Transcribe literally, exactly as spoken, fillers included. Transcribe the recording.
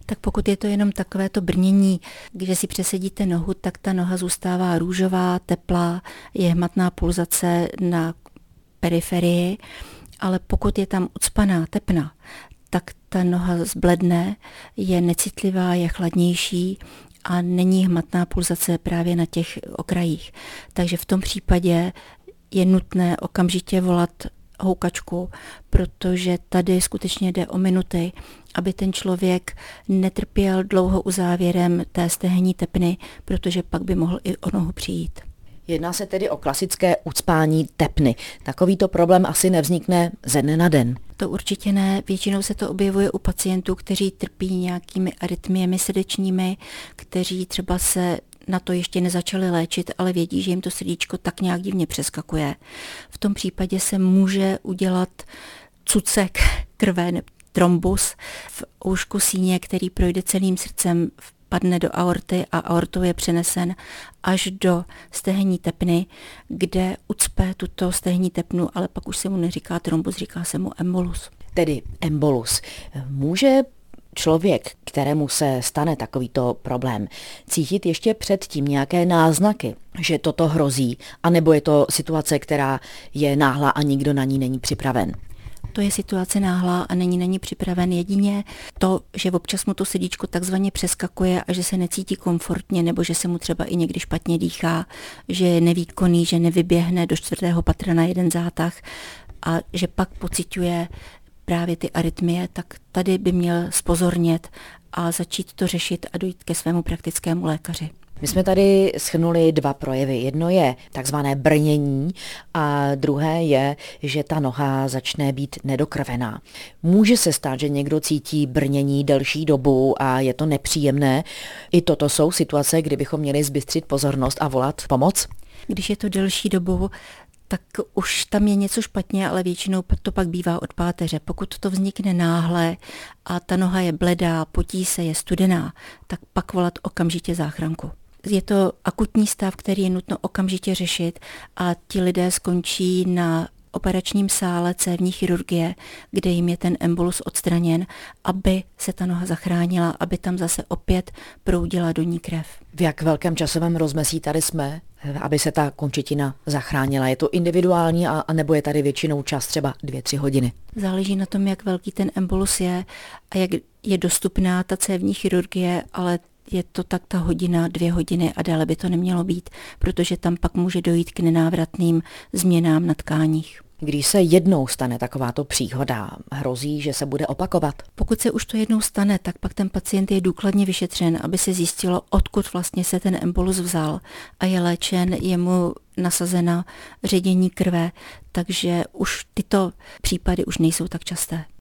Tak pokud je to jenom takové to brnění, když si přesedíte nohu, tak ta noha zůstává růžová, teplá, je hmatná pulzace na periferii, ale pokud je tam ucpaná tepna, tak ta noha zbledne, je necitlivá, je chladnější a není hmatná pulzace právě na těch okrajích. Takže v tom případě je nutné okamžitě volat houkačku, protože tady skutečně jde o minuty, aby ten člověk netrpěl dlouho uzávěrem té stehenní tepny, protože pak by mohl i o nohu přijít. Jedná se tedy o klasické ucpání tepny. Takovýto problém asi nevznikne ze dne na den. To určitě ne. Většinou se to objevuje u pacientů, kteří trpí nějakými arytmiemi srdečními, kteří třeba se na to ještě nezačali léčit, ale vědí, že jim to srdíčko tak nějak divně přeskakuje. V tom případě se může udělat cucek krve, trombus v oušku síně, který projde celým srdcem, padne do aorty a aortou je přenesen až do stehenní tepny, kde ucpe tuto stehenní tepnu, ale pak už se mu neříká trombus, říká se mu embolus. Tedy embolus. Může člověk, kterému se stane takovýto problém, cítit ještě předtím nějaké náznaky, že toto hrozí, anebo je to situace, která je náhlá a nikdo na ní není připraven? To je situace náhlá a není na ní připraven jedině to, že občas mu to srdíčko takzvaně přeskakuje a že se necítí komfortně, nebo že se mu třeba i někdy špatně dýchá, že je nevýkonný, že nevyběhne do čtvrtého patra na jeden zátah a že pak pociťuje právě ty arytmie, tak tady by měl zpozornět a začít to řešit a dojít ke svému praktickému lékaři. My jsme tady shrnuli dva projevy. Jedno je takzvané brnění a druhé je, že ta noha začne být nedokrvená. Může se stát, že někdo cítí brnění delší dobu a je to nepříjemné. I toto jsou situace, kdy bychom měli zbystřit pozornost a volat pomoc? Když je to delší dobu, tak už tam je něco špatně, ale většinou to pak bývá od páteře. Pokud to vznikne náhle a ta noha je bledá, potí se, je studená, tak pak volat okamžitě záchranku. Je to akutní stav, který je nutno okamžitě řešit a ti lidé skončí na operačním sále cévní chirurgie, kde jim je ten embolus odstraněn, aby se ta noha zachránila, aby tam zase opět proudila do ní krev. V jak velkém časovém rozmezí tady jsme, aby se ta končetina zachránila? Je to individuální a, a nebo je tady většinou čas třeba dvě, tři hodiny? Záleží na tom, jak velký ten embolus je a jak je dostupná ta cévní chirurgie, ale je to tak ta hodina, dvě hodiny a déle by to nemělo být, protože tam pak může dojít k nenávratným změnám na tkáních. Když se jednou stane takováto příhoda, hrozí, že se bude opakovat? Pokud se už to jednou stane, tak pak ten pacient je důkladně vyšetřen, aby se zjistilo, odkud vlastně se ten embolus vzal a je léčen, je mu nasazena ředění krve, takže už tyto případy už nejsou tak časté.